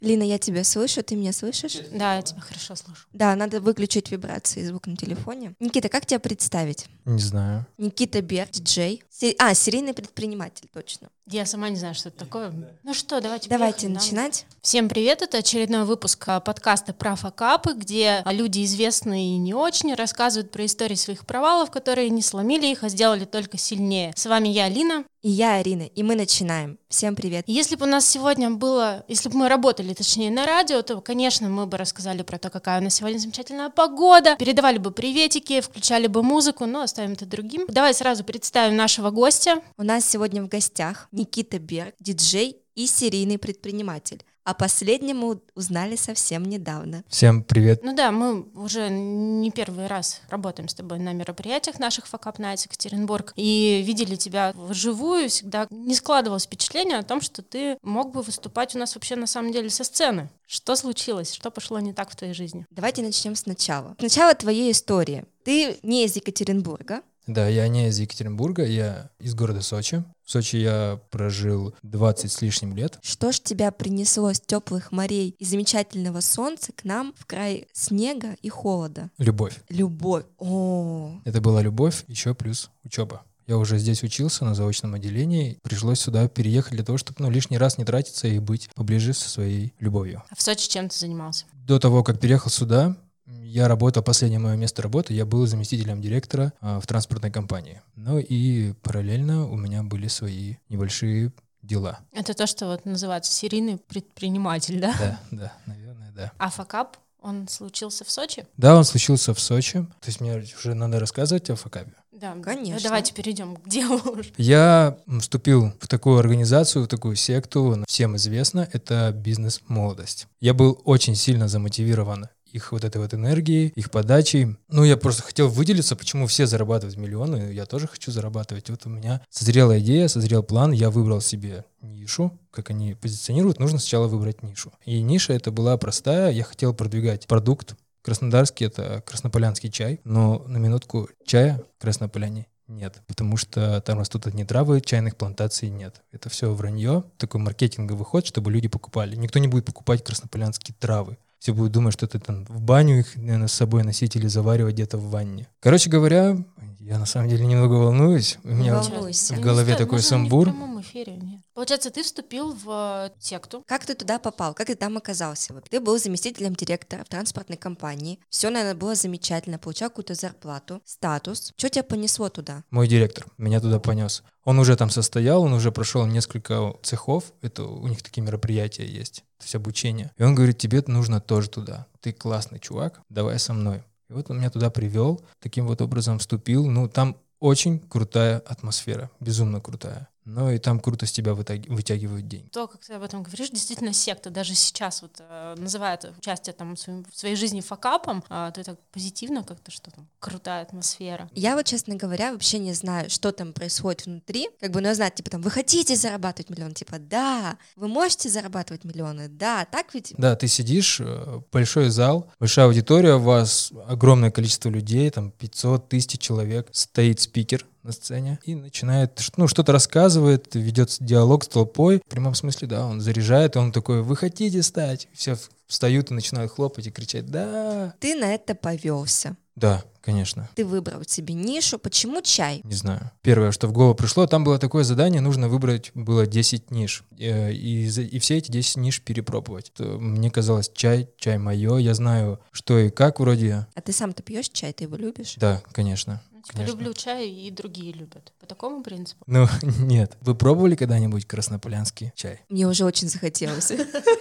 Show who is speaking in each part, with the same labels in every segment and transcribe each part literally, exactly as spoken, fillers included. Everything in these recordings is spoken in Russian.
Speaker 1: Лина, я тебя слышу, ты меня слышишь?
Speaker 2: Да, я тебя хорошо слышу.
Speaker 1: Да, надо выключить вибрации и звук на телефоне. Никита, как тебя представить?
Speaker 3: Не знаю.
Speaker 1: Никита Берг, диджей. Се- А, серийный предприниматель, точно.
Speaker 2: Я сама не знаю, что это такое. Ну что, давайте
Speaker 1: Давайте
Speaker 2: поехали, да?
Speaker 1: начинать.
Speaker 2: Всем привет, это очередной выпуск а, подкаста про факапы, где а, люди известные и не очень рассказывают про истории своих провалов, которые не сломили их, а сделали только сильнее. С вами я, Лина.
Speaker 1: И я, Арина, и мы начинаем. Всем привет.
Speaker 2: И если бы у нас сегодня было, если бы мы работали, точнее, на радио, то, конечно, мы бы рассказали про то, какая у нас сегодня замечательная погода, передавали бы приветики, включали бы музыку, но оставим это другим. Давай сразу представим нашего гостя.
Speaker 1: У нас сегодня в гостях Никита Берг, диджей и серийный предприниматель. О последнем мы узнали совсем недавно.
Speaker 3: Всем привет.
Speaker 2: Ну да, мы уже не первый раз работаем с тобой на мероприятиях наших Fuck Up Nights Екатеринбург и видели тебя вживую, всегда не складывалось впечатление о том, что ты мог бы выступать у нас вообще на самом деле со сцены. Что случилось? Что пошло не так в твоей жизни?
Speaker 1: Давайте начнем сначала. Сначала твоей истории. Ты не из Екатеринбурга.
Speaker 3: Да, я не из Екатеринбурга, я из города Сочи. В Сочи я прожил двадцать с лишним лет.
Speaker 1: Что ж тебя принесло с теплых морей и замечательного солнца к нам в край снега и холода?
Speaker 3: Любовь.
Speaker 1: Любовь. О,
Speaker 3: Это была любовь, еще плюс учеба. Я уже здесь учился на заочном отделении. Пришлось сюда переехать для того, чтобы ну, лишний раз не тратиться и быть поближе со своей любовью.
Speaker 2: А в Сочи чем ты занимался?
Speaker 3: До того, как переехал сюда, я работал, последнее мое место работы, я был заместителем директора а, в транспортной компании. Ну и параллельно у меня были свои небольшие дела.
Speaker 2: Это то, что вот называется серийный предприниматель, да?
Speaker 3: Да, да, наверное, да.
Speaker 2: А факап, он случился в Сочи?
Speaker 3: Да, он случился в Сочи. То есть мне уже надо рассказывать о факапе.
Speaker 2: Да,
Speaker 1: Конечно.
Speaker 2: Ну, давайте перейдем к делу уже.
Speaker 3: Я вступил в такую организацию, в такую секту, всем известно, это бизнес-молодость. Я был очень сильно замотивирован их вот этой вот энергией, их подачей. Ну, я просто хотел выделиться, почему все зарабатывают миллионы, я тоже хочу зарабатывать. Вот у меня созрела идея, созрел план, я выбрал себе нишу, как они позиционируют, нужно сначала выбрать нишу. И ниша это была простая, я хотел продвигать продукт. Краснодарский — это краснополянский чай, но на минутку чая в Краснополяне нет, потому что там растут одни травы, чайных плантаций нет. Это все вранье, такой маркетинговый ход, чтобы люди покупали. Никто не будет покупать краснополянские травы. Все будут думать, что ты там в баню их, наверное, с собой носить или заваривать где-то в ванне. Короче говоря, я на самом деле немного волнуюсь. У меня
Speaker 1: волнуйся.
Speaker 3: в голове
Speaker 2: Ну,
Speaker 3: такой
Speaker 2: можно
Speaker 3: сумбур.
Speaker 2: Не в прямом эфире, нет. Получается, ты вступил в секту.
Speaker 1: как ты туда попал? Как ты там оказался? Вот ты был заместителем директора в транспортной компании. Все, наверное, было замечательно. Получал какую-то зарплату, статус. Что тебя понесло туда?
Speaker 3: Мой директор меня туда понес. Он уже там состоял, он уже прошел несколько цехов. Это у них такие мероприятия есть, то есть обучение. И он говорит, тебе нужно тоже туда. Ты классный чувак, давай со мной. И вот он меня туда привел, таким вот образом вступил. Ну, там очень крутая атмосфера, безумно крутая. Ну и там круто с тебя вытяг... вытягивают деньги.
Speaker 2: То, как ты об этом говоришь, действительно секта. Даже сейчас вот э, называют участие там в, своем, в своей жизни факапом, э, то это позитивно как-то, что там крутая атмосфера.
Speaker 1: Я вот, честно говоря, вообще не знаю, что там происходит внутри. Как бы, ну, я знаю, типа, там, вы хотите зарабатывать миллион? Типа, да. Вы можете зарабатывать миллионы? Да. Так ведь?
Speaker 3: Да, ты сидишь, большой зал, большая аудитория, у вас огромное количество людей, там пятьсот тысяч человек, стоит спикер на сцене и начинает, ну, что-то рассказывает, ведет диалог с толпой. В прямом смысле, да, он заряжает, и он такой, вы хотите стать? Все встают и начинают хлопать и кричать, да.
Speaker 1: Ты на это повелся.
Speaker 3: Да, конечно.
Speaker 1: Ты выбрал себе нишу. Почему чай?
Speaker 3: Не знаю. Первое, что в голову пришло, там было такое задание, нужно выбрать было десять ниш. И, и, и все эти десять ниш перепробовать. Мне казалось, чай, чай мое, я знаю, что и как вроде.
Speaker 1: А ты сам-то пьешь чай, ты его любишь?
Speaker 3: Да, конечно.
Speaker 2: Ну, типа,
Speaker 3: Конечно.
Speaker 2: люблю чай, и другие любят. По такому принципу?
Speaker 3: Ну, нет. Вы пробовали когда-нибудь краснополянский чай?
Speaker 1: Мне уже очень захотелось.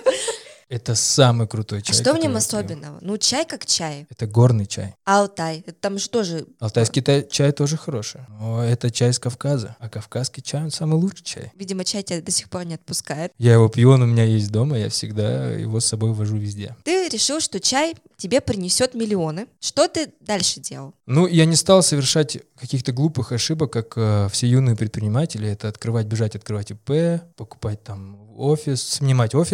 Speaker 3: Это самый крутой
Speaker 1: А
Speaker 3: чай.
Speaker 1: что в
Speaker 3: который
Speaker 1: нем
Speaker 3: я пью.
Speaker 1: особенного? Ну, чай как чай.
Speaker 3: Это горный чай.
Speaker 1: А Алтай, это там же тоже...
Speaker 3: Алтайский та- чай тоже хороший. Но это чай с Кавказа. А кавказский чай, он самый лучший чай.
Speaker 1: Видимо, чай тебя до сих пор не отпускает.
Speaker 3: Я его пью, он у меня есть дома, я всегда его с собой вожу везде.
Speaker 1: Ты решил, что чай тебе принесет миллионы. Что ты дальше делал?
Speaker 3: Ну, я не стал совершать каких-то глупых ошибок, как э, все юные предприниматели. Это открывать, бежать, открывать ИП, покупать там офис, снимать офис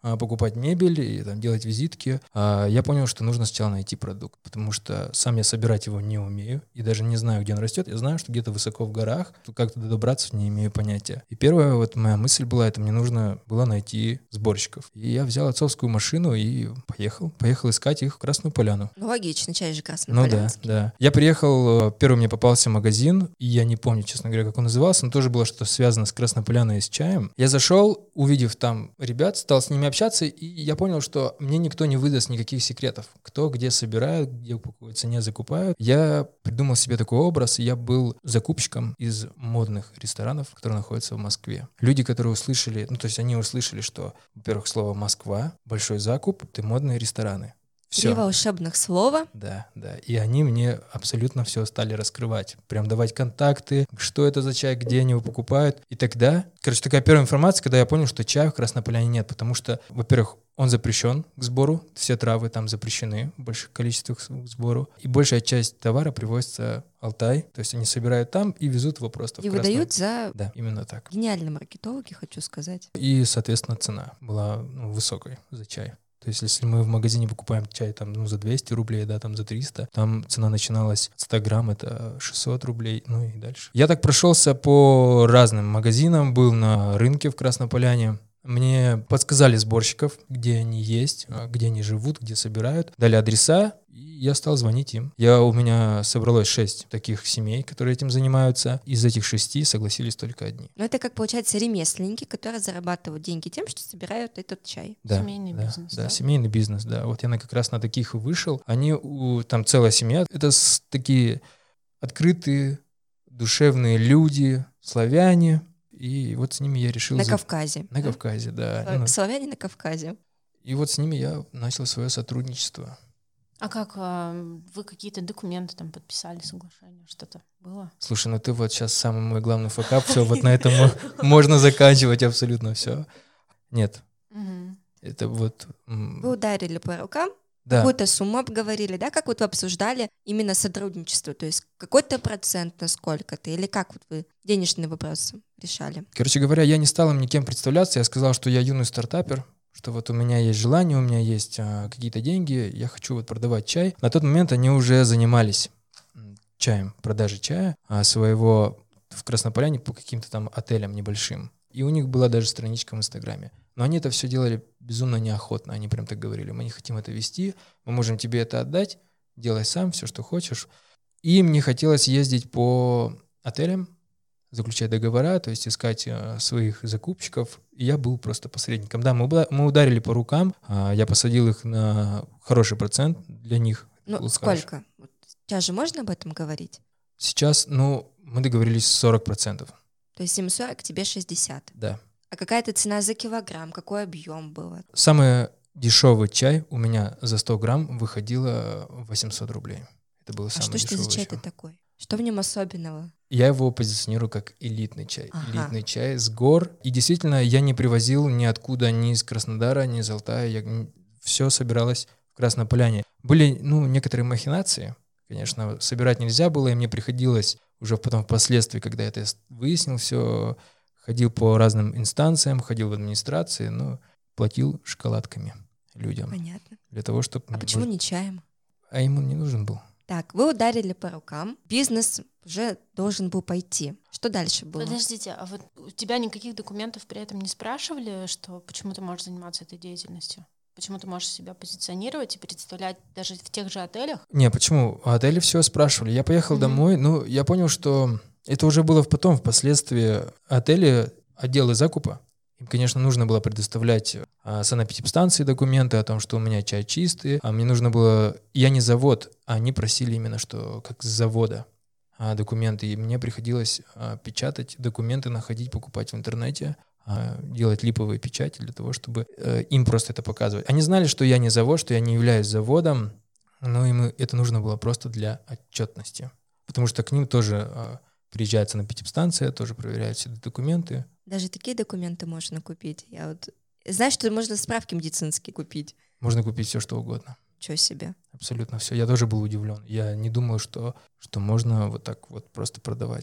Speaker 3: а, покупать мебель и там, делать визитки, а, я понял, что нужно сначала найти продукт, потому что сам я собирать его не умею и даже не знаю, где он растет. Я знаю, что где-то высоко в горах, как туда добраться, не имею понятия. И первая вот моя мысль была, это мне нужно было найти сборщиков. И я взял отцовскую машину и поехал. Поехал искать их в Красную Поляну.
Speaker 1: Ну, логично, чай же
Speaker 3: Ну да,
Speaker 1: краснопolянский.
Speaker 3: да. Я приехал, первый мне попался магазин, и я не помню, честно говоря, как он назывался, но тоже было что-то связано с Красной Поляной и с чаем. Я зашел, увидев там ребят, стал с ними общаться, и я понял, что мне никто не выдаст никаких секретов. Кто где собирают, где по какой цене закупают. Я придумал себе такой образ, я был закупщиком из модных ресторанов, которые находятся в Москве. Люди, которые услышали, ну то есть они услышали, что, во-первых, слово «Москва», большой закуп, это модные рестораны.
Speaker 1: Три волшебных слова.
Speaker 3: Да, да. И они мне абсолютно все стали раскрывать. Прям давать контакты, что это за чай, где они его покупают. И тогда, короче, такая первая информация, когда я понял, что чая в Красной Поляне нет. Потому что, во-первых, он запрещен к сбору. Все травы там запрещены в больших количествах к сбору. И большая часть товара привозится в Алтай. То есть они собирают там и везут его просто в
Speaker 1: И
Speaker 3: Красную.
Speaker 1: выдают за...
Speaker 3: Да, именно так.
Speaker 1: Гениальные маркетологи, хочу сказать.
Speaker 3: И, соответственно, цена была ну, высокой за чай. То есть, если мы в магазине покупаем чай там, ну, за двести рублей, да, там за триста, там цена начиналась от ста грамм, это шестьсот рублей, ну и дальше. Я так прошелся по разным магазинам, был на рынке в Красной Поляне. Мне подсказали сборщиков, где они есть, где они живут, где собирают. Дали адреса, и я стал звонить им. Я, у меня собралось шесть таких семей, которые этим занимаются. Из этих шести согласились только одни.
Speaker 1: Но это как, получается, ремесленники, которые зарабатывают деньги тем, что собирают этот чай.
Speaker 3: Да,
Speaker 2: Семейный
Speaker 3: да,
Speaker 2: бизнес,
Speaker 3: да,
Speaker 2: да?
Speaker 3: семейный бизнес, да. Вот я на как раз на таких и вышел. Они, у, там целая семья. Это с, такие открытые, душевные люди, славяне. И вот с ними я решил...
Speaker 1: На
Speaker 3: за-
Speaker 1: Кавказе.
Speaker 3: На Кавказе, да.
Speaker 1: Слав-
Speaker 3: Ну,
Speaker 1: Славяне на Кавказе.
Speaker 3: и вот с ними я начал свое сотрудничество.
Speaker 2: А как а, вы какие-то документы там подписали, соглашение, что-то было?
Speaker 3: Слушай, ну ты вот сейчас самый мой главный факап, все, вот на этом мо- можно заканчивать абсолютно все. Нет,
Speaker 2: Мгм.
Speaker 3: это вот... м,
Speaker 1: Вы ударили по рукам,
Speaker 3: Да,
Speaker 1: какую-то сумму обговорили, да? Как вот вы обсуждали именно сотрудничество? То есть какой-то процент на сколько-то? Или как вот вы денежные вопросы решали?
Speaker 3: короче говоря, я не стал им никем представляться, я сказал, что я юный стартапер, что вот у меня есть желание, у меня есть а, какие-то деньги, я хочу вот продавать чай. На тот момент они уже занимались м, чаем, продажей чая а, своего в Краснополяне по каким-то там отелям небольшим. И у них была даже страничка в Инстаграме. Но они это все делали безумно неохотно. Они прям так говорили: мы не хотим это вести, мы можем тебе это отдать, делай сам все, что хочешь. И мне хотелось ездить по отелям, заключать договора, то есть искать э, своих закупщиков. И я был просто посредником. Да, мы, уда- мы ударили по рукам, а, я посадил их на хороший процент для них.
Speaker 1: Ну,
Speaker 3: Был хороший.
Speaker 1: сколько? Вот сейчас же можно об этом говорить?
Speaker 3: Сейчас, ну, мы договорились сорок процентов.
Speaker 1: То есть им сорок, тебе шестьдесят.
Speaker 3: Да.
Speaker 1: А какая-то цена за килограмм? Какой объем был?
Speaker 3: Самый дешевый чай у меня за сто грамм выходило восемьсот рублей. Это был
Speaker 1: А
Speaker 3: самый
Speaker 1: что ж это
Speaker 3: дешевый
Speaker 1: за чай-то
Speaker 3: чай.
Speaker 1: такой? Что в нем особенного?
Speaker 3: Я его позиционирую как элитный чай.
Speaker 1: Ага.
Speaker 3: Элитный чай с гор. И действительно, я не привозил ниоткуда, ни из Краснодара, ни из Алтая. Я... Все собиралось в Красной Поляне. Были, ну, некоторые махинации. Конечно, собирать нельзя было, и мне приходилось уже потом впоследствии, когда я это выяснил все, ходил по разным инстанциям, ходил в администрации, но платил шоколадками людям.
Speaker 1: Понятно.
Speaker 3: Для того, чтобы...
Speaker 1: А почему не чаем?
Speaker 3: А ему не нужен был.
Speaker 1: Так, вы ударили по рукам, бизнес уже должен был пойти. Что дальше было?
Speaker 2: Подождите, а вот у тебя никаких документов при этом не спрашивали, что почему ты можешь заниматься этой деятельностью? Почему ты можешь себя позиционировать и представлять даже в тех же отелях?
Speaker 3: Не, почему? Отели все спрашивали. Я поехал
Speaker 2: Мгм.
Speaker 3: домой, ну, я понял, что это уже было потом, впоследствии. Отели, отделы закупа, им, конечно, нужно было предоставлять а, санэпидемстанции документы о том, что у меня чай чистый, а мне нужно было... Я не завод, а они просили именно, что как с завода а, документы, и мне приходилось а, печатать документы, находить, покупать в интернете, а, делать липовые печати для того, чтобы э, им просто это показывать. Они знали, что я не завод, что я не являюсь заводом, но им это нужно было просто для отчетности. Потому что к ним тоже э, приезжает санэпидемстанция, тоже проверяют все документы.
Speaker 1: Даже такие документы можно купить. Я вот... Знаешь, что можно справки медицинские купить?
Speaker 3: Можно купить все, что угодно.
Speaker 1: Чего себе.
Speaker 3: Абсолютно все. Я тоже был удивлен. Я не думал, что, что можно вот так вот просто продавать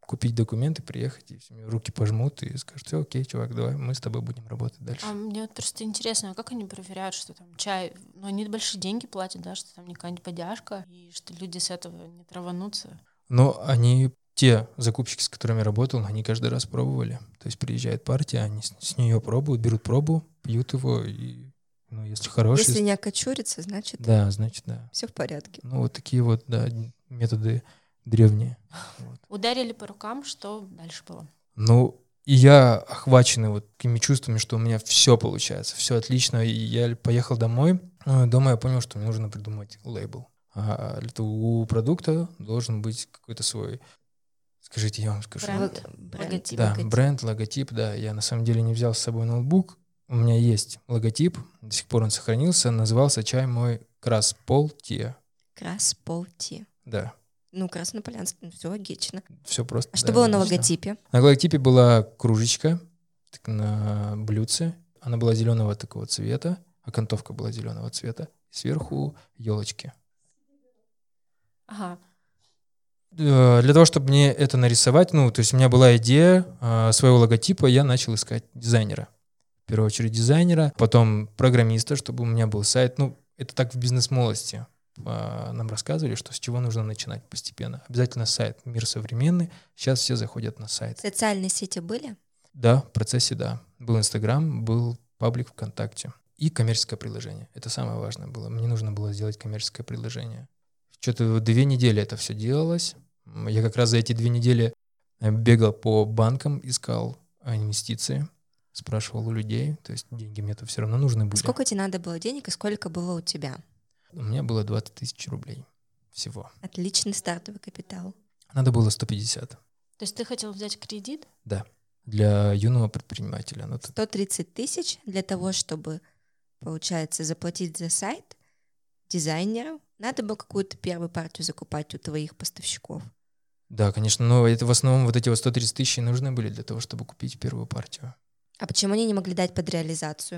Speaker 3: купить документы, приехать, и все, мне руки пожмут и скажут: все, окей, чувак, давай, мы с тобой будем работать дальше.
Speaker 2: А мне вот просто интересно, а как они проверяют, что там чай, ну они большие деньги платят, да, что там не какая-нибудь подяжка, и что люди с этого не траванутся?
Speaker 3: Но они, те закупщики, с которыми я работал, они каждый раз пробовали. То есть приезжает партия, они с, с нее пробуют, берут пробу, пьют его, и, ну, если хороший...
Speaker 1: Если не окочурится, значит,
Speaker 3: Да, значит, да.
Speaker 1: все в порядке.
Speaker 3: Ну, вот такие вот, да, методы древние. Вот.
Speaker 2: Ударили по рукам, что дальше было?
Speaker 3: Ну, и я охваченный вот такими чувствами, что у меня все получается, все отлично. И я поехал домой. Ну, дома я понял, что мне нужно придумать лейбл. А для того у продукта должен быть какой-то свой, скажите, я вам скажу.
Speaker 2: Бренд,
Speaker 1: Бренд,
Speaker 2: логотип.
Speaker 3: Да,
Speaker 1: логотип.
Speaker 3: бренд, логотип, да. Я на самом деле не взял с собой ноутбук. У меня есть логотип, до сих пор он сохранился. Назывался чай мой Краспол Те.
Speaker 1: Краспол Те.
Speaker 3: Да,
Speaker 1: Ну, Краснополянск, ну, все логично.
Speaker 3: все просто.
Speaker 1: А что
Speaker 3: да,
Speaker 1: было на
Speaker 3: логично.
Speaker 1: логотипе?
Speaker 3: На логотипе была кружечка так, на блюдце. Она была зеленого такого цвета, окантовка была зеленого цвета. Сверху елочки.
Speaker 2: Ага.
Speaker 3: Э, Для того, чтобы мне это нарисовать, ну, то есть у меня была идея э, своего логотипа, я начал искать дизайнера. В первую очередь дизайнера, потом программиста, чтобы у меня был сайт. Ну, это так в бизнес-молодости. Э, Нам рассказывали, что с чего нужно начинать постепенно. Обязательно сайт «Мир современный». Сейчас все заходят на сайт.
Speaker 1: Социальные сети были?
Speaker 3: Да, в процессе, да. Был Инстаграм, был паблик ВКонтакте. И коммерческое приложение. Это самое важное было. Мне нужно было сделать коммерческое приложение. Что-то две недели это все делалось. Я как раз за эти две недели бегал по банкам, искал инвестиции, спрашивал у людей. То есть деньги мне-то все равно нужны были.
Speaker 1: Сколько тебе надо было денег и сколько было у тебя?
Speaker 3: У меня было двадцать тысяч рублей всего.
Speaker 1: Отличный стартовый капитал.
Speaker 3: Надо было сто пятьдесят.
Speaker 2: То есть ты хотел взять кредит?
Speaker 3: Да. Для юного предпринимателя. Ну,
Speaker 1: сто тридцать тысяч для того, чтобы, получается, заплатить за сайт дизайнеру. Надо было какую-то первую партию закупать у твоих поставщиков.
Speaker 3: да, конечно, но это в основном вот эти вот сто тридцать тысяч нужны были для того, чтобы купить первую партию.
Speaker 1: А почему они не могли дать под реализацию?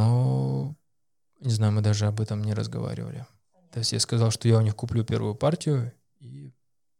Speaker 3: Но, не знаю, мы даже об этом не разговаривали. То есть я сказал, что я у них куплю первую партию, и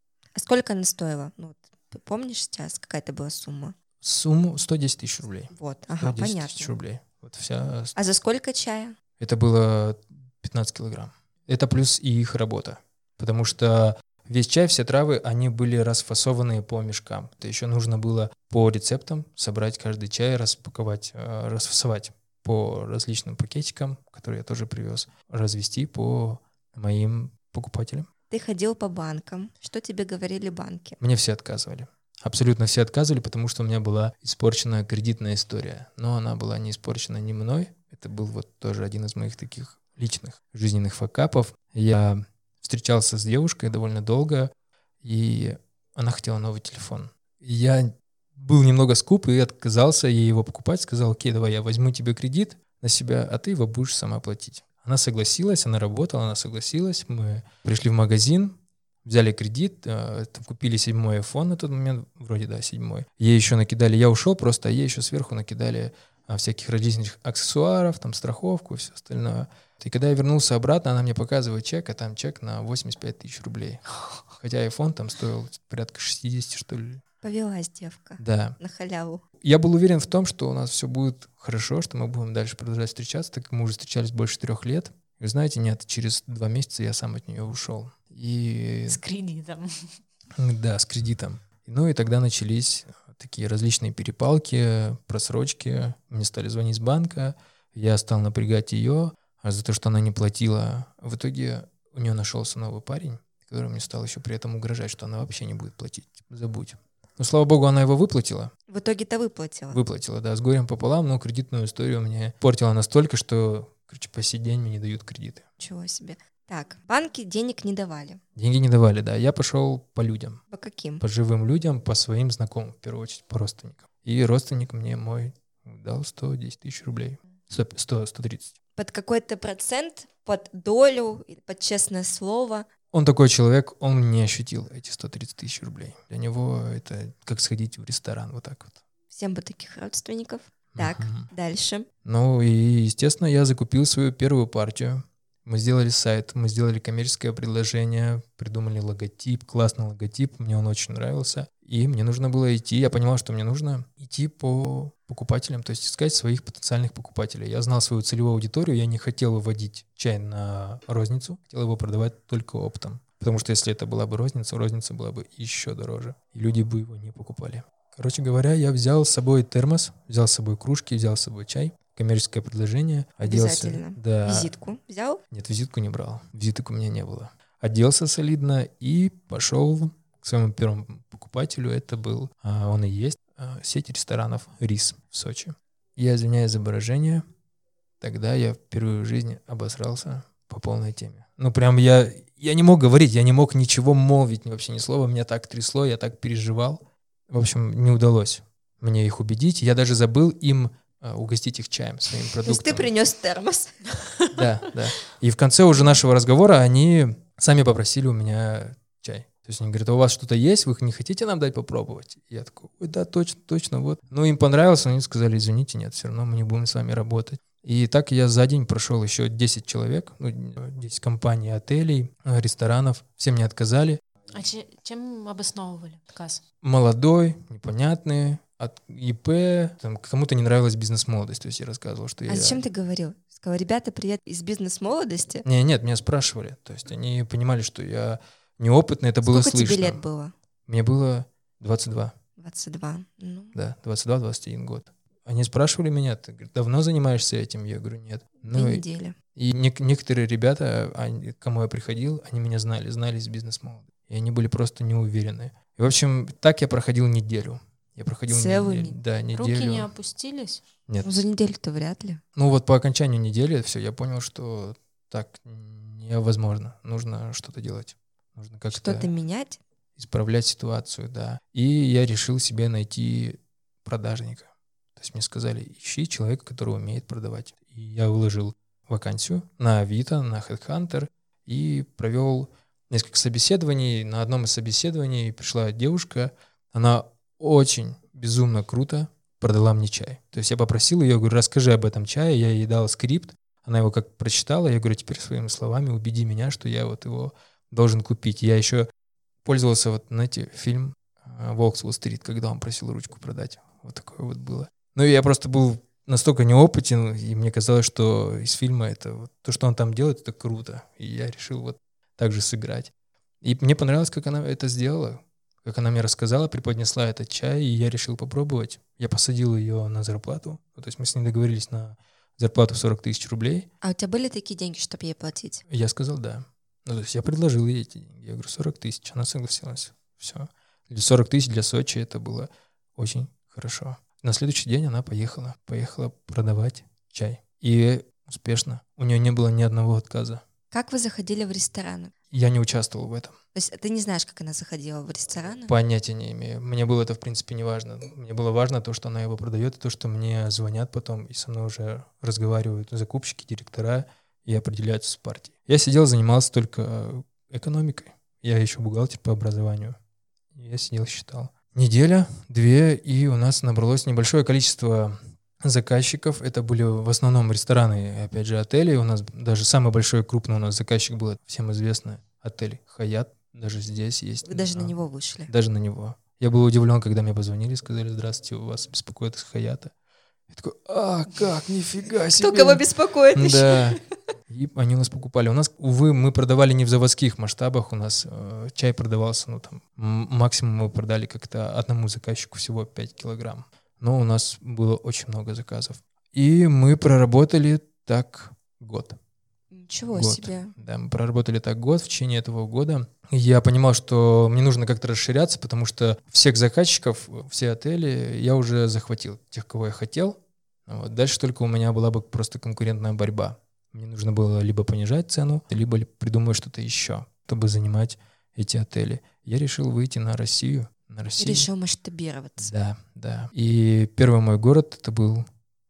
Speaker 1: А сколько она стоила? Ну, вот, ты помнишь сейчас, какая это была сумма?
Speaker 3: сумму сто десять тысяч рублей.
Speaker 1: Вот, ага,
Speaker 3: сто десять тысяч
Speaker 1: понятно.
Speaker 3: рублей. Вот вся...
Speaker 1: А за сколько чая?
Speaker 3: Это было пятнадцать килограмм. Это плюс и их работа. Потому что весь чай, все травы, они были расфасованы по мешкам. Это еще нужно было по рецептам собрать каждый чай, распаковать, э, расфасовать по различным пакетикам, которые я тоже привез, развести по моим покупателям.
Speaker 1: Ты ходил по банкам. Что тебе говорили банки?
Speaker 3: Мне все отказывали. Абсолютно все отказывали, потому что у меня была испорчена кредитная история. Но она была не испорчена не мной. Это был вот тоже один из моих таких личных жизненных факапов. Я встречался с девушкой довольно долго, и она хотела новый телефон. И я был немного скуп и отказался ей его покупать. Сказал: окей, давай я возьму тебе кредит на себя, а ты его будешь сама платить. Она согласилась, она работала, она согласилась. Мы пришли в магазин, взяли кредит, э, купили седьмой iPhone на тот момент, вроде, да, седьмой. Ей еще накидали, я ушел просто, а ей еще сверху накидали а, всяких различных аксессуаров, там, страховку и все остальное. И когда я вернулся обратно, она мне показывает чек, а там чек на восемьдесят пять тысяч рублей. Хотя iPhone там стоил порядка шестьдесят, что ли.
Speaker 1: Повелась девка
Speaker 3: Да.
Speaker 1: на халяву.
Speaker 3: Я был уверен в том, что у нас все будет хорошо, что мы будем дальше продолжать встречаться, так как мы уже встречались больше трех лет. И вы знаете, нет, через два месяца я сам от нее ушел. И...
Speaker 2: С кредитом.
Speaker 3: Да, с кредитом. Ну и тогда начались такие различные перепалки, просрочки. Мне стали звонить с банка, я стал напрягать ее за то, что она не платила. В итоге у нее нашелся новый парень, который мне стал еще при этом угрожать, что она вообще не будет платить. Забудь. Но, слава богу, она его выплатила.
Speaker 1: В итоге-то выплатила.
Speaker 3: Выплатила, да, с горем пополам, но кредитную историю мне портила настолько, что, короче, по сей день мне не дают кредиты.
Speaker 1: Чего себе. Так, банки денег не давали.
Speaker 3: Деньги не давали, да. Я пошел по людям,
Speaker 1: По каким?
Speaker 3: по живым людям, по своим знакомым, в первую очередь, по родственникам. И родственник мне мой дал сто десять тысяч рублей. сто, сто, сто тридцать.
Speaker 1: Под какой-то процент, под долю, под честное слово.
Speaker 3: Он такой человек, он не ощутил эти сто тридцать тысяч рублей. Для него это как сходить в ресторан, вот так вот.
Speaker 1: Всем бы таких родственников. Так,
Speaker 3: Мгм.
Speaker 1: дальше.
Speaker 3: Ну и, естественно, я закупил свою первую партию. Мы сделали сайт, мы сделали коммерческое предложение, придумали логотип, классный логотип, мне он очень нравился. И мне нужно было идти, я понимал, что мне нужно идти по покупателям, то есть искать своих потенциальных покупателей. Я знал свою целевую аудиторию, я не хотел выводить чай на розницу, хотел его продавать только оптом. Потому что если это была бы розница, розница была бы еще дороже, и люди бы его не покупали. Короче говоря, я взял с собой термос, взял с собой кружки, взял с собой чай, коммерческое предложение. Оделся,
Speaker 1: Обязательно.
Speaker 3: да.
Speaker 1: Визитку взял?
Speaker 3: Нет, визитку не брал. Визиток у меня не было. Оделся солидно и пошел к своему первому покупателю. Это был, а, он и есть, а, сеть ресторанов «Рис» в Сочи. Я извиняюсь за выражение. Тогда я впервые в жизни обосрался по полной теме. Ну, прям я, я не мог говорить, я не мог ничего молвить, вообще ни слова. Меня так трясло, я так переживал. В общем, не удалось мне их убедить. Я даже забыл им а, угостить их чаем, своим продуктом.
Speaker 1: То есть ты принес термос?
Speaker 3: Да, да. И в конце уже нашего разговора они сами попросили у меня чай. То есть они говорят, а у вас что-то есть, вы не хотите нам дать попробовать? И я такой, ой, да, точно, точно, вот. Ну, им понравилось, но они сказали, извините, нет, все равно мы не будем с вами работать. И так я за день прошел еще десять человек, ну, десять компаний, отелей, ресторанов, все мне отказали.
Speaker 2: А че- чем обосновывали отказ?
Speaker 3: Молодой, непонятный, от ИП, там, кому-то не нравилась бизнес-молодость, то есть я рассказывал, что
Speaker 1: А
Speaker 3: я...
Speaker 1: зачем ты говорил? Сказал, ребята, привет из бизнес-молодости.
Speaker 3: Не, нет, меня спрашивали, то есть они понимали, что я неопытный, это было
Speaker 1: Сколько
Speaker 3: слышно.
Speaker 1: тебе лет было?
Speaker 3: Мне было двадцать два,
Speaker 1: двадцать два. Ну,
Speaker 3: да, двадцать два двадцать один год. Они спрашивали меня, ты говорит, давно занимаешься этим? Я говорю, нет. Ну,
Speaker 1: две
Speaker 3: и
Speaker 1: недели.
Speaker 3: и нек- некоторые ребята, они, к кому я приходил, они меня знали, знали из бизнес-молодости. И они были просто не уверены. И, в общем, так я проходил неделю. Я проходил
Speaker 1: Целую
Speaker 3: неделю.
Speaker 1: не-
Speaker 3: Да, неделю.
Speaker 2: Руки не опустились?
Speaker 3: Нет.
Speaker 1: Ну, за неделю-то вряд ли.
Speaker 3: Ну вот по окончанию недели все, я понял, что так невозможно. Нужно что-то делать. Нужно как-то
Speaker 1: Что-то менять?
Speaker 3: исправлять ситуацию, да. И я решил себе найти продажника. То есть мне сказали, ищи человека, который умеет продавать. И я выложил вакансию на Авито, на HeadHunter и провел несколько собеседований. На одном из собеседований пришла девушка, она очень безумно круто продала мне чай. То есть я попросил ее, говорю, расскажи об этом чае, я ей дал скрипт, она его как прочитала, я говорю, теперь своими словами убеди меня, что я вот его должен купить. Я еще пользовался, вот, знаете, фильм «Волк с Уолл-стрит», когда он просил ручку продать. Вот такое вот было. Ну и я просто был настолько неопытен, и мне казалось, что из фильма это вот, то, что он там делает, это круто. И я решил вот так же сыграть. И мне понравилось, как она это сделала, как она мне рассказала, преподнесла этот чай, и я решил попробовать. Я посадил ее на зарплату. То есть мы с ней договорились на зарплату в сорок тысяч рублей.
Speaker 1: А у тебя были такие деньги, чтобы ей платить?
Speaker 3: Я сказал да. Ну, то есть я предложил ей эти деньги. Я говорю, сорок тысяч. Она согласилась. Все. сорок тысяч для Сочи это было очень хорошо. На следующий день она поехала. Поехала продавать чай. И успешно. У нее не было ни одного отказа.
Speaker 1: Как вы заходили в рестораны?
Speaker 3: Я не участвовал в этом.
Speaker 1: То есть ты не знаешь, как она заходила в рестораны?
Speaker 3: Понятия не имею. Мне было это, в принципе, не важно. Мне было важно то, что она его продает, и то, что мне звонят потом, и со мной уже разговаривают закупщики, директора, и определяются с партией. Я сидел, занимался только экономикой. Я еще бухгалтер по образованию. Я сидел, считал. Неделя, две, и у нас набралось небольшое количество заказчиков. Это были в основном рестораны, опять же, отели. У нас даже самый большой, крупный у нас заказчик был, всем известный отель «Хаят». Даже здесь есть.
Speaker 1: Вы даже
Speaker 3: а,
Speaker 1: на него вышли?
Speaker 3: Даже на него. Я был удивлен, когда мне позвонили, сказали, здравствуйте, вас беспокоит из «Хаята». Я такой, а, как, нифига себе.
Speaker 1: Кто кого беспокоит еще?
Speaker 3: Да. И они у нас покупали. У нас, увы, мы продавали не в заводских масштабах. У нас э, чай продавался, ну там, м- максимум мы продали как-то одному заказчику всего пять килограмм. Но у нас было очень много заказов. И мы проработали так год.
Speaker 1: Ничего
Speaker 3: год.
Speaker 1: себе.
Speaker 3: Да, мы проработали так год. В течение этого года я понимал, что мне нужно как-то расширяться, потому что всех заказчиков, все отели я уже захватил, тех, кого я хотел. Вот. Дальше только у меня была бы просто конкурентная борьба. Мне нужно было либо понижать цену, либо придумать что-то еще, чтобы занимать эти отели. Я решил выйти на Россию. На Россию.
Speaker 1: Решил масштабироваться.
Speaker 3: Да, да. И первый мой город это был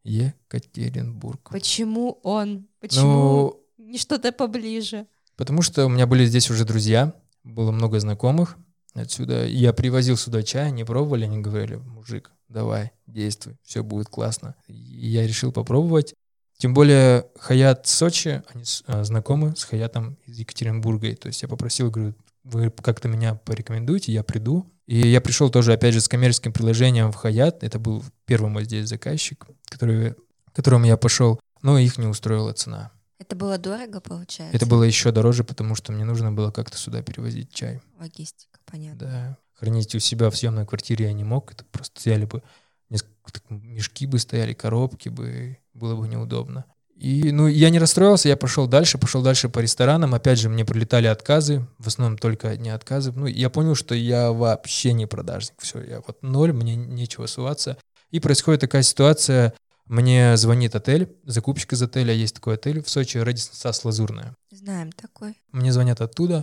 Speaker 3: Екатеринбург.
Speaker 1: Почему он? Почему
Speaker 3: Ну,
Speaker 1: не что-то поближе?
Speaker 3: потому что у меня были здесь уже друзья, было много знакомых отсюда. Я привозил сюда чай, они пробовали, они говорили, мужик, давай, действуй, все будет классно. И я решил попробовать. Тем более Хаят Сочи, они а, знакомы с Хаятом из Екатеринбурга. То есть я попросил, говорю, вы как-то меня порекомендуете, я приду. И я пришел тоже, опять же, с коммерческим предложением в Хаят. Это был первый мой здесь заказчик, который, к которому я пошел, но их не устроила цена.
Speaker 1: Это было дорого, получается?
Speaker 3: Это было еще дороже, потому что мне нужно было как-то сюда перевозить чай.
Speaker 1: Логистика, понятно.
Speaker 3: Да. Хранить у себя в съемной квартире я не мог. Это просто стояли бы несколько мешки бы стояли, коробки бы, было бы неудобно. И, ну, я не расстроился, я пошел дальше, пошел дальше по ресторанам. Опять же, мне прилетали отказы, в основном только одни отказы. Ну, я понял, что я вообще не продажник. Все, я вот ноль, мне нечего суваться. И происходит такая ситуация. Мне звонит отель, закупщик из отеля, есть такой отель в Сочи, Radisson Sas Лазурная.
Speaker 1: Знаем такой.
Speaker 3: Мне звонят оттуда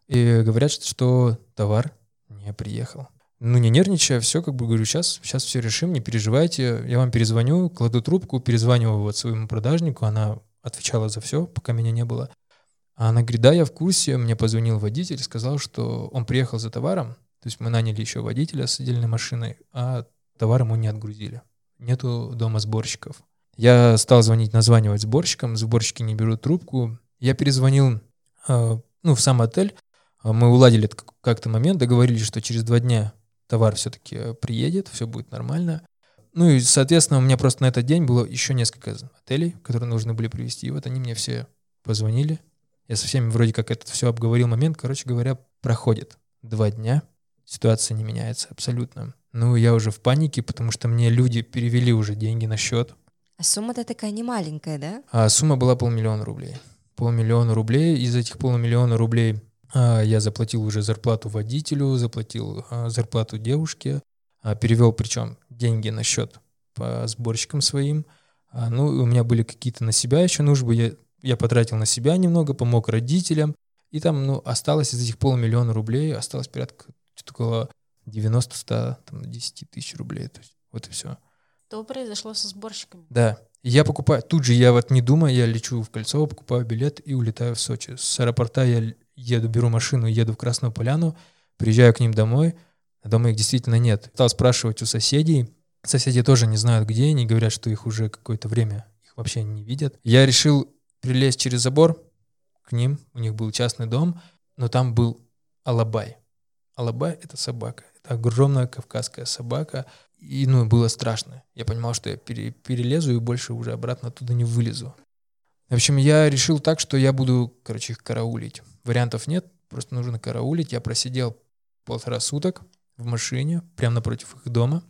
Speaker 3: и говорят, что товар не приехал. Ну, не нервничая, все, как бы говорю, сейчас, сейчас все решим, не переживайте, я вам перезвоню, кладу трубку, перезваниваю вот своему продажнику, она отвечала за все, пока меня не было. А она говорит, да, я в курсе, мне позвонил водитель, сказал, что он приехал за товаром, то есть мы наняли еще водителя с отдельной машиной, а товар ему не отгрузили. Нету дома сборщиков. Я стал звонить, названивать сборщикам, сборщики не берут трубку. Я перезвонил э, ну, в сам отель, мы уладили как-то момент, договорились, что через два дня товар все-таки приедет, все будет нормально. Ну и, соответственно, у меня просто на этот день было еще несколько отелей, которые нужно были привезти. И вот они мне все позвонили. Я со всеми вроде как это все обговорил момент. Короче говоря, проходит два дня, ситуация не меняется абсолютно. Ну, я уже в панике, потому что мне люди перевели уже деньги на счет.
Speaker 1: А сумма-то такая не маленькая, да?
Speaker 3: А сумма была полмиллиона рублей. Полмиллиона рублей. Из этих полмиллиона рублей а, я заплатил уже зарплату водителю, заплатил а, зарплату девушке, а, перевел причем деньги на счет по сборщикам своим. А, ну, у меня были какие-то на себя еще нужды. Я, я потратил на себя немного, помог родителям. И там, ну, осталось из этих полмиллиона рублей, осталось порядка около девяносто-сто, там, десять тысяч рублей. То есть вот и все.
Speaker 2: Что произошло со сборщиками?
Speaker 3: Да. Я покупаю, тут же я вот не думаю, я лечу в Кольцово, покупаю билет и улетаю в Сочи. С аэропорта я еду, беру машину, еду в Красную Поляну, приезжаю к ним домой, а дома их действительно нет. Стал спрашивать у соседей. Соседи тоже не знают, где они, говорят, что их уже какое-то время их вообще не видят. Я решил прилезть через забор к ним, у них был частный дом, но там был алабай. Алабай — это собака. Это огромная кавказская собака. И, ну, было страшно. Я понимал, что я пере, перелезу и больше уже обратно оттуда не вылезу. В общем, я решил так, что я буду, короче, их караулить. Вариантов нет, просто нужно караулить. Я просидел полтора суток в машине, прямо напротив их дома.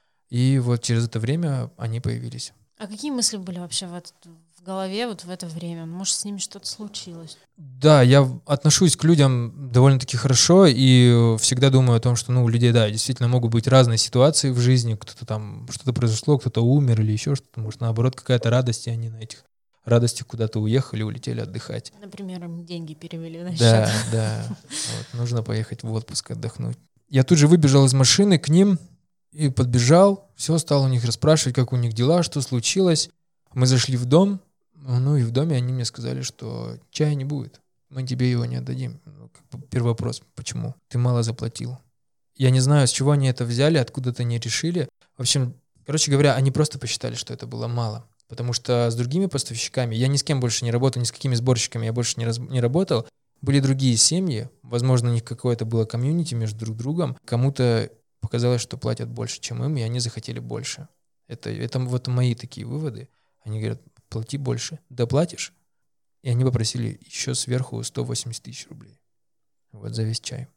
Speaker 3: И вот через это время они появились.
Speaker 2: А какие мысли были вообще в, этот, в голове вот в это время? Может, с ними что-то случилось?
Speaker 3: Да, я отношусь к людям довольно-таки хорошо и всегда думаю о том, что, ну, у людей, да, действительно могут быть разные ситуации в жизни. Кто-то там, что-то произошло, кто-то умер или еще что-то. Может, наоборот, какая-то радость, и они на этих радостях куда-то уехали, улетели отдыхать.
Speaker 2: Например, им деньги перевели на счет.
Speaker 3: Да, да. Вот, нужно поехать в отпуск отдохнуть. Я тут же выбежал из машины к ним и подбежал, все, стал у них расспрашивать, как у них дела, что случилось. Мы зашли в дом, ну и в доме они мне сказали, что чая не будет, мы тебе его не отдадим. Ну, как бы первый вопрос, почему? Ты мало заплатил. Я не знаю, с чего они это взяли, откуда-то не решили. В общем, короче говоря, они просто посчитали, что это было мало. Потому что с другими поставщиками, я ни с кем больше не работал, ни с какими сборщиками я больше не, раз, не работал. Были другие семьи, возможно, у них какое-то было комьюнити между друг другом. Кому-то показалось, что платят больше, чем им, и они захотели больше. Это, это вот мои такие выводы. Они говорят, плати больше. Доплатишь? И они попросили еще сверху сто восемьдесят тысяч рублей. Вот за весь чай.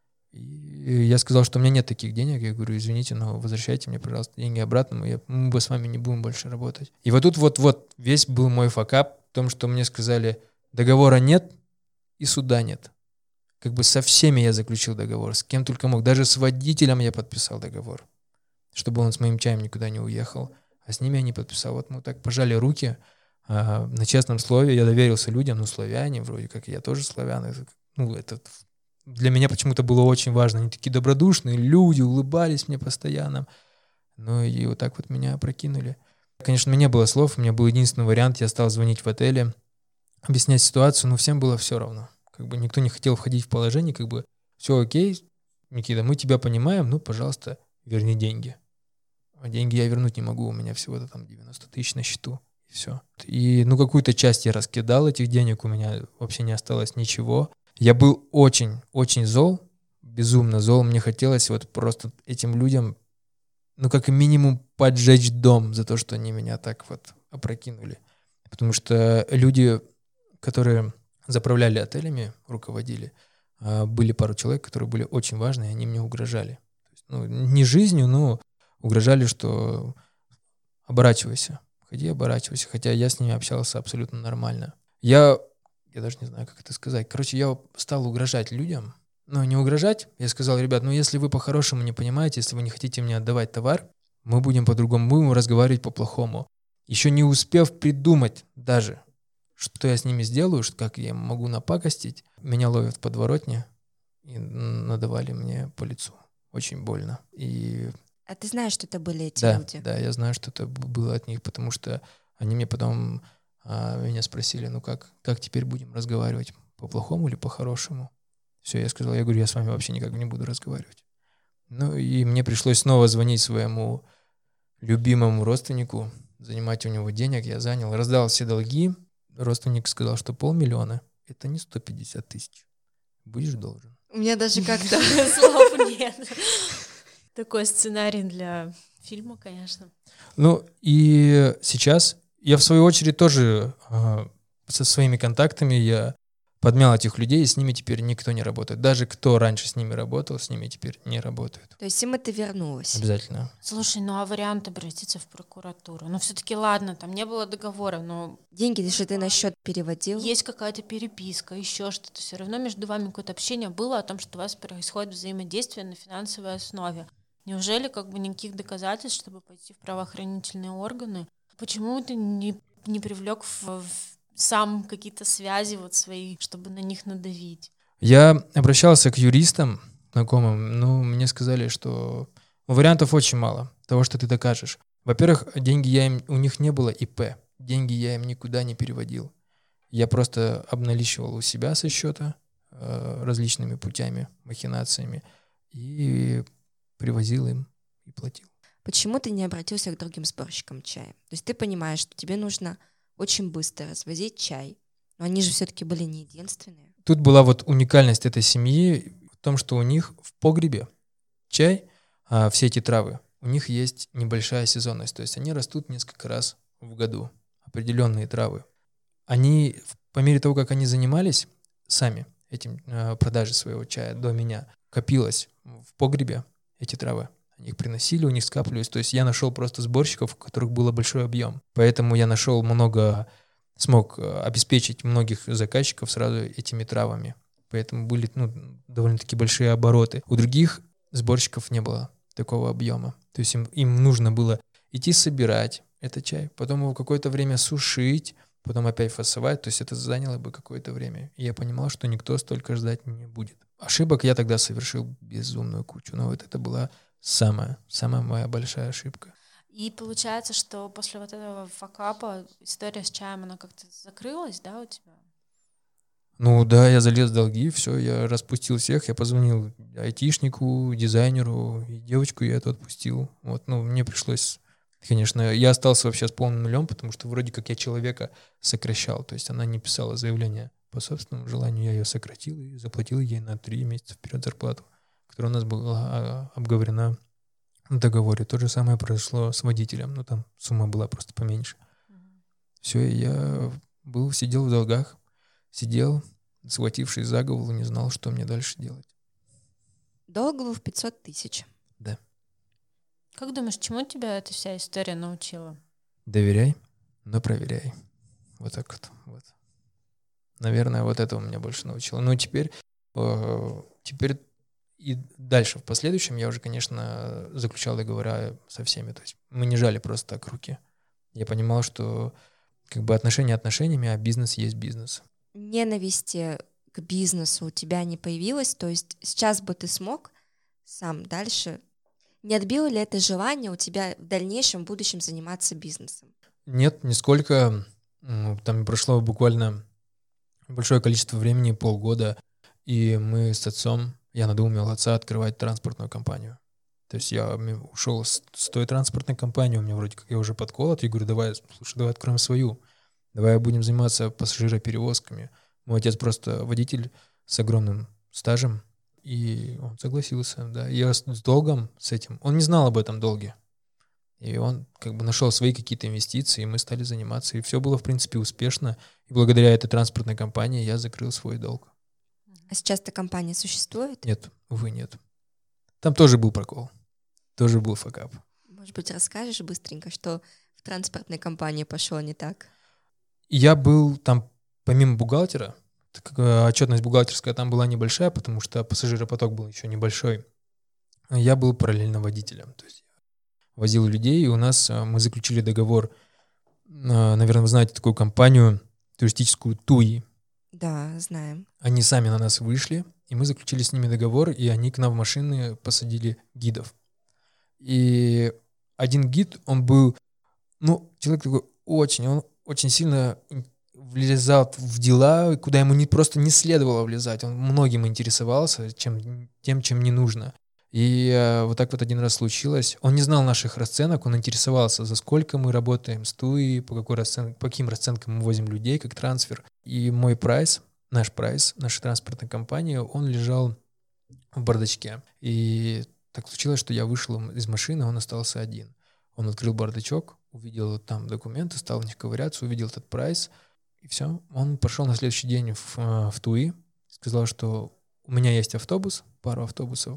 Speaker 3: И я сказал, что у меня нет таких денег. Я говорю, извините, но возвращайте мне, пожалуйста, деньги обратно. Мы, мы бы с вами не будем больше работать. И вот тут вот, вот весь был мой факап в том, что мне сказали, договора нет и суда нет. Как бы со всеми я заключил договор, с кем только мог. Даже с водителем я подписал договор, чтобы он с моим чаем никуда не уехал. А с ними я не подписал. Вот мы так пожали руки. А, на честном слове я доверился людям, ну, славяне, вроде как я тоже славян. Это, ну, это для меня почему-то было очень важно. Они такие добродушные люди, улыбались мне постоянно. Ну и вот так вот меня опрокинули. Конечно, у меня не было слов, у меня был единственный вариант. Я стал звонить в отеле, объяснять ситуацию, но всем было все равно. Как бы никто не хотел входить в положение, как бы все окей, Никита, мы тебя понимаем, ну, пожалуйста, верни деньги. А деньги я вернуть не могу, у меня всего-то там девяносто тысяч на счету. все. И, ну, какую-то часть я раскидал этих денег, у меня вообще не осталось ничего. Я был очень-очень зол, безумно зол. Мне хотелось вот просто этим людям, ну, как минимум, поджечь дом за то, что они меня так вот опрокинули. Потому что люди, которые заправляли отелями, руководили, были пару человек, которые были очень важны, и они мне угрожали. Ну, не жизнью, но угрожали, что оборачивайся, ходи, оборачивайся. Хотя я с ними общался абсолютно нормально. Я, я даже не знаю, как это сказать. Короче, я стал угрожать людям. Ну, не угрожать. Я сказал, ребят, ну, если вы по-хорошему не понимаете, если вы не хотите мне отдавать товар, мы будем по-другому, будем разговаривать по-плохому. Еще не успев придумать даже, что я с ними сделаю, как я могу напакостить, меня ловят в подворотне и надавали мне по лицу. Очень больно. И...
Speaker 1: А ты знаешь, что это были эти
Speaker 3: да,
Speaker 1: люди?
Speaker 3: Да, я знаю, что это было от них, потому что они мне потом а, меня спросили, ну как, как теперь будем разговаривать, по-плохому или по-хорошему? Все, я сказал, я говорю, я с вами вообще никак не буду разговаривать. Ну и мне пришлось снова звонить своему любимому родственнику, занимать у него денег, я занял, раздал все долги. Родственник сказал, что полмиллиона — это не сто пятьдесят тысяч. Будешь должен.
Speaker 1: У меня даже как-то...
Speaker 2: Слов нет. Такой сценарий для фильма, конечно.
Speaker 3: Ну и сейчас я в свою очередь тоже э, со своими контактами я подмял этих людей, и с ними теперь никто не работает. Даже кто раньше с ними работал, с ними теперь не работает.
Speaker 1: То есть им это вернулось?
Speaker 3: Обязательно.
Speaker 2: Слушай, ну а вариант обратиться в прокуратуру? Ну все-таки ладно, там не было договора, но...
Speaker 1: Деньги же ты на счет переводил?
Speaker 2: Есть какая-то переписка, еще что-то. Все равно между вами какое-то общение было о том, что у вас происходит взаимодействие на финансовой основе. Неужели как бы никаких доказательств, чтобы пойти в правоохранительные органы? Почему ты не, не привлек в, в сам какие-то связи вот свои, чтобы на них надавить?
Speaker 3: Я обращался к юристам знакомым, но мне сказали, что вариантов очень мало того, что ты докажешь. Во-первых, деньги я им, у них не было ИП, деньги я им никуда не переводил. Я просто обналичивал у себя со счета э, различными путями, махинациями и привозил им и платил.
Speaker 1: Почему ты не обратился к другим сборщикам чая? То есть ты понимаешь, что тебе нужно очень быстро развозить чай, но они же все-таки были не единственные.
Speaker 3: Тут была вот уникальность этой семьи в том, что у них в погребе чай, а, все эти травы, у них есть небольшая сезонность, то есть они растут несколько раз в году, определенные травы. Они, по мере того, как они занимались сами этим а, продажей своего чая до меня, копилось в погребе эти травы. Они их приносили, у них скапливались. То есть я нашел просто сборщиков, у которых был большой объем. Поэтому я нашел много, смог обеспечить многих заказчиков сразу этими травами. Поэтому были ну, довольно-таки большие обороты. У других сборщиков не было такого объема. То есть им, им нужно было идти собирать этот чай, потом его какое-то время сушить, потом опять фасовать. То есть это заняло бы какое-то время. И я понимал, что никто столько ждать не будет. Ошибок я тогда совершил безумную кучу. Но вот это была самая, самая моя большая ошибка.
Speaker 2: И получается, что после вот этого факапа история с чаем, она как-то закрылась, да, у тебя?
Speaker 3: Ну да, я залез в долги, все, я распустил всех, я позвонил айтишнику, дизайнеру, и девочку я эту отпустил. Вот, ну, мне пришлось, конечно, я остался вообще с полным нулем, потому что вроде как я человека сокращал, то есть она не писала заявление по собственному желанию, я ее сократил и заплатил ей на три месяца вперед зарплату, которая у нас была обговорена в договоре. То же самое произошло с водителем, но там сумма была просто поменьше. Mm-hmm. Все, я был, сидел в долгах, сидел, схватившись за голову, не знал, что мне дальше делать.
Speaker 1: Долг был в пятьсот тысяч.
Speaker 3: Да.
Speaker 2: Как думаешь, чему тебя эта вся история научила?
Speaker 3: Доверяй, но проверяй. Вот так вот. вот. Наверное, вот это меня больше научило. Ну, теперь, э, теперь и дальше, в последующем, я уже, конечно, заключал договора со всеми. То есть мы не жали просто так руки. Я понимал, что как бы отношения отношениями, а бизнес есть бизнес.
Speaker 1: Ненависти к бизнесу у тебя не появилось? То есть сейчас бы ты смог сам дальше? Не отбило ли это желание у тебя в дальнейшем, в будущем заниматься бизнесом?
Speaker 3: Нет, нисколько. Там прошло буквально большое количество времени, полгода, и мы с отцом, я надумал отца открывать транспортную компанию. То есть я ушел с, с той транспортной компании, у меня вроде как я уже подколот, я говорю, давай, слушай, давай откроем свою, давай будем заниматься пассажироперевозками. Мой отец просто водитель с огромным стажем, и он согласился, да. Я с, с долгом, с этим, он не знал об этом долге, и он как бы нашел свои какие-то инвестиции, и мы стали заниматься, и все было, в принципе, успешно, и благодаря этой транспортной компании я закрыл свой долг.
Speaker 1: А сейчас эта компания существует?
Speaker 3: Нет, увы, нет. Там тоже был прокол. Тоже был факап.
Speaker 1: Может быть, расскажешь быстренько, что в транспортной компании пошло не так?
Speaker 3: Я был там, помимо бухгалтера, так, э, отчетность бухгалтерская там была небольшая, потому что пассажиропоток был еще небольшой. Я был параллельно водителем. То есть возил людей, и у нас э, мы заключили договор, э, наверное, вы знаете такую компанию туристическую ТУИ.
Speaker 1: Да, знаем.
Speaker 3: Они сами на нас вышли, и мы заключили с ними договор, и они к нам в машины посадили гидов. И один гид, он был, ну, человек такой очень, он очень сильно влезал в дела, куда ему не, просто не следовало влезать. Он многим интересовался, чем, тем, чем не нужно. И э, вот так вот один раз случилось. Он не знал наших расценок, он интересовался, за сколько мы работаем с ТУИ, по, какой расцен... по каким расценкам мы возим людей, как трансфер. И мой прайс, наш прайс, нашей транспортной компании, он лежал в бардачке. И так случилось, что я вышел из машины, он остался один. Он открыл бардачок, увидел там документы, стал в них ковыряться, увидел этот прайс, и все. Он пошел на следующий день в, в ТУИ, сказал, что у меня есть автобус, пару автобусов,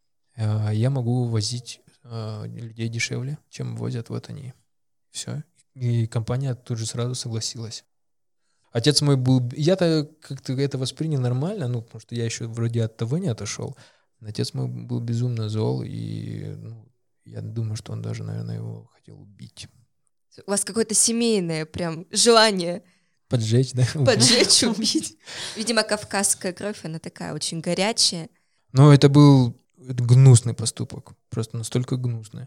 Speaker 3: я могу возить людей дешевле, чем возят вот они. Все. И компания тут же сразу согласилась. Отец мой был... Я-то как-то это воспринял нормально, ну, потому что я еще вроде от того не отошел. Отец мой был безумно зол, и ну, я думаю, что он даже, наверное, его хотел убить.
Speaker 1: У вас какое-то семейное прям желание
Speaker 3: поджечь, да?
Speaker 1: Поджечь, убить. Видимо, кавказская кровь, она такая очень горячая.
Speaker 3: Но это был гнусный поступок, просто настолько гнусный.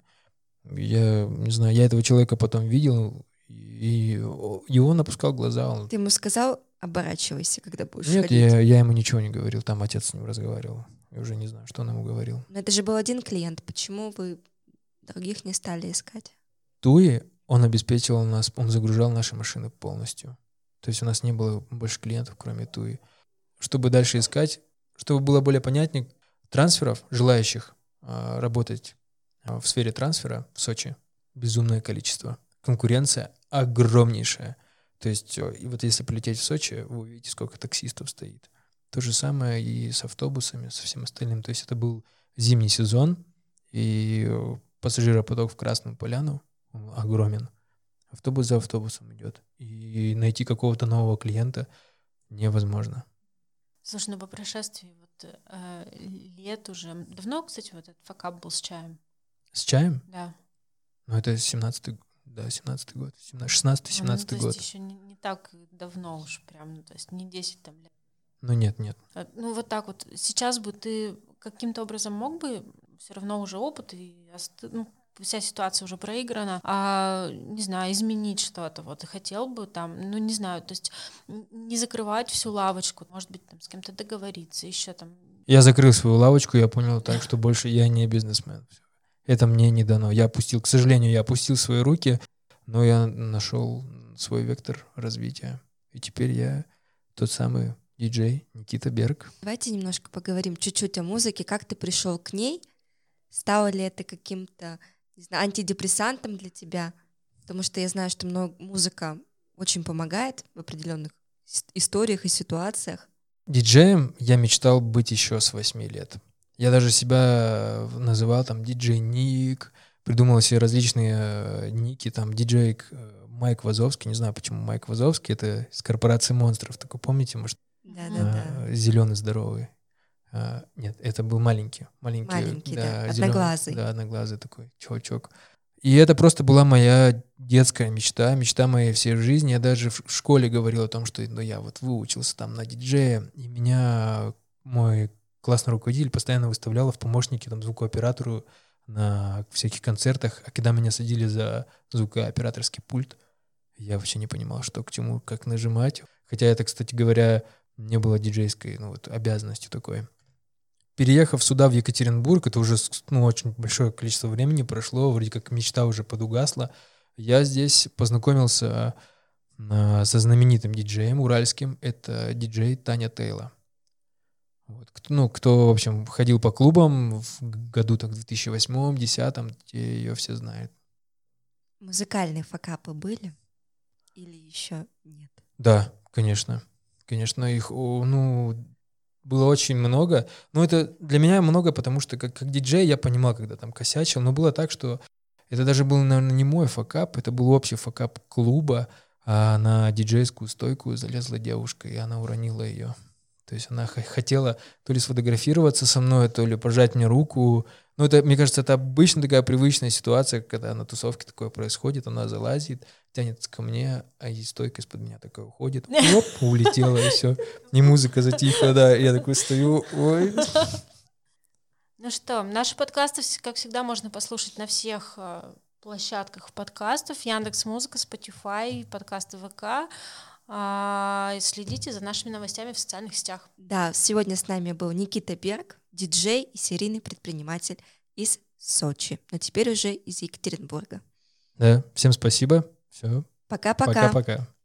Speaker 3: Я не знаю, я этого человека потом видел, и, и он опускал глаза. Он...
Speaker 1: Ты ему сказал, оборачивайся, когда будешь
Speaker 3: Нет,
Speaker 1: ходить?
Speaker 3: я, я ему ничего не говорил, там отец с ним разговаривал. Я уже не знаю, что он ему говорил.
Speaker 1: Но это же был один клиент, почему вы других не стали искать?
Speaker 3: ТУИ, он обеспечивал нас, он загружал наши машины полностью. То есть у нас не было больше клиентов, кроме ТУИ. Чтобы дальше искать, чтобы было более понятнее, трансферов, желающих э, работать э, в сфере трансфера в Сочи, безумное количество. Конкуренция огромнейшая. То есть э, и вот если полететь в Сочи, вы увидите, сколько таксистов стоит. То же самое и с автобусами, со всем остальным. То есть это был зимний сезон, и пассажиропоток в Красную Поляну огромен. Автобус за автобусом идет. И найти какого-то нового клиента невозможно.
Speaker 2: Слушай, ну по прошествии вот, э, лет уже... Давно, кстати, вот этот факап был с чаем?
Speaker 3: С чаем?
Speaker 2: Да.
Speaker 3: Ну это семнадцатый, да, семнадцатый год. шестнадцатый-семнадцатый
Speaker 2: ну,
Speaker 3: год.
Speaker 2: То есть еще не, не так давно уж прям, ну, то есть не десять там лет.
Speaker 3: Ну нет, нет.
Speaker 2: Ну вот так вот. Сейчас бы ты каким-то образом мог бы, все равно уже опыт, и ну, вся ситуация уже проиграна, а, не знаю, изменить что-то, вот, и хотел бы там, ну, не знаю, то есть не закрывать всю лавочку, может быть, там с кем-то договориться, еще там.
Speaker 3: Я закрыл свою лавочку, я понял так, что больше я не бизнесмен. Это мне не дано. Я опустил, к сожалению, я опустил свои руки, но я нашел свой вектор развития. И теперь я тот самый диджей Никита Берг.
Speaker 1: Давайте немножко поговорим чуть-чуть о музыке. Как ты пришел к ней? Стало ли это каким-то, не знаю, антидепрессантом для тебя? Потому что я знаю, что много музыка очень помогает в определенных историях и ситуациях.
Speaker 3: Диджеем я мечтал быть еще с восьми лет. Я даже себя называл там диджей Ник, придумал себе различные ники, там диджей Майк Вазовский, не знаю, почему Майк Вазовский, это из корпорации монстров, такой помните, может?
Speaker 1: Да-да-да.
Speaker 3: А, зеленый, здоровый. А, нет, это был маленький. Маленький,
Speaker 1: маленький да,
Speaker 3: да,
Speaker 1: одноглазый.
Speaker 3: Зеленый, да, одноглазый такой чувачок. И это просто была моя детская мечта, мечта моей всей жизни. Я даже в школе говорил о том, что ну, я вот выучился там на диджея, и меня мой классный руководитель постоянно выставлял в помощники там, звукооператору на всяких концертах. А когда меня садили за звукооператорский пульт, я вообще не понимал, что к чему, как нажимать. Хотя это, кстати говоря, не было диджейской ну, вот, обязанностью такой. переехав сюда, в Екатеринбург, это уже ну, очень большое количество времени прошло, вроде как мечта уже подугасла, я здесь познакомился а, со знаменитым диджеем уральским, это диджей Таня Тейла. Вот. Ну, кто, в общем, ходил по клубам в году так, в две тысячи восьмом — две тысячи десятом, те ее все знают.
Speaker 1: Музыкальные факапы были? Или еще нет?
Speaker 3: Да, конечно. Конечно, их, ну, было очень много. Но это для меня много, потому что как, как диджей я понимал, когда там косячил. Но было так, что это даже был, наверное, не мой факап, это был общий факап клуба, а на диджейскую стойку залезла девушка, и она уронила ее. То есть она х- хотела то ли сфотографироваться со мной, то ли пожать мне руку. Ну, это, мне кажется, это обычно такая привычная ситуация, когда на тусовке такое происходит, она залазит, тянется ко мне, а и стойка из-под меня такая уходит, оп, улетела, и все. И музыка затихла, да, и я такой стою, ой.
Speaker 2: Ну что, наши подкасты, вс- как всегда, можно послушать на всех э, площадках подкастов: Яндекс.Музыка, Spotify, подкасты ВК. А, и следите за нашими новостями в социальных сетях.
Speaker 1: Да, сегодня с нами был Никита Берг, диджей и серийный предприниматель из Сочи, но теперь уже из Екатеринбурга.
Speaker 3: Да, всем спасибо, все,
Speaker 1: Пока-пока.
Speaker 3: пока-пока.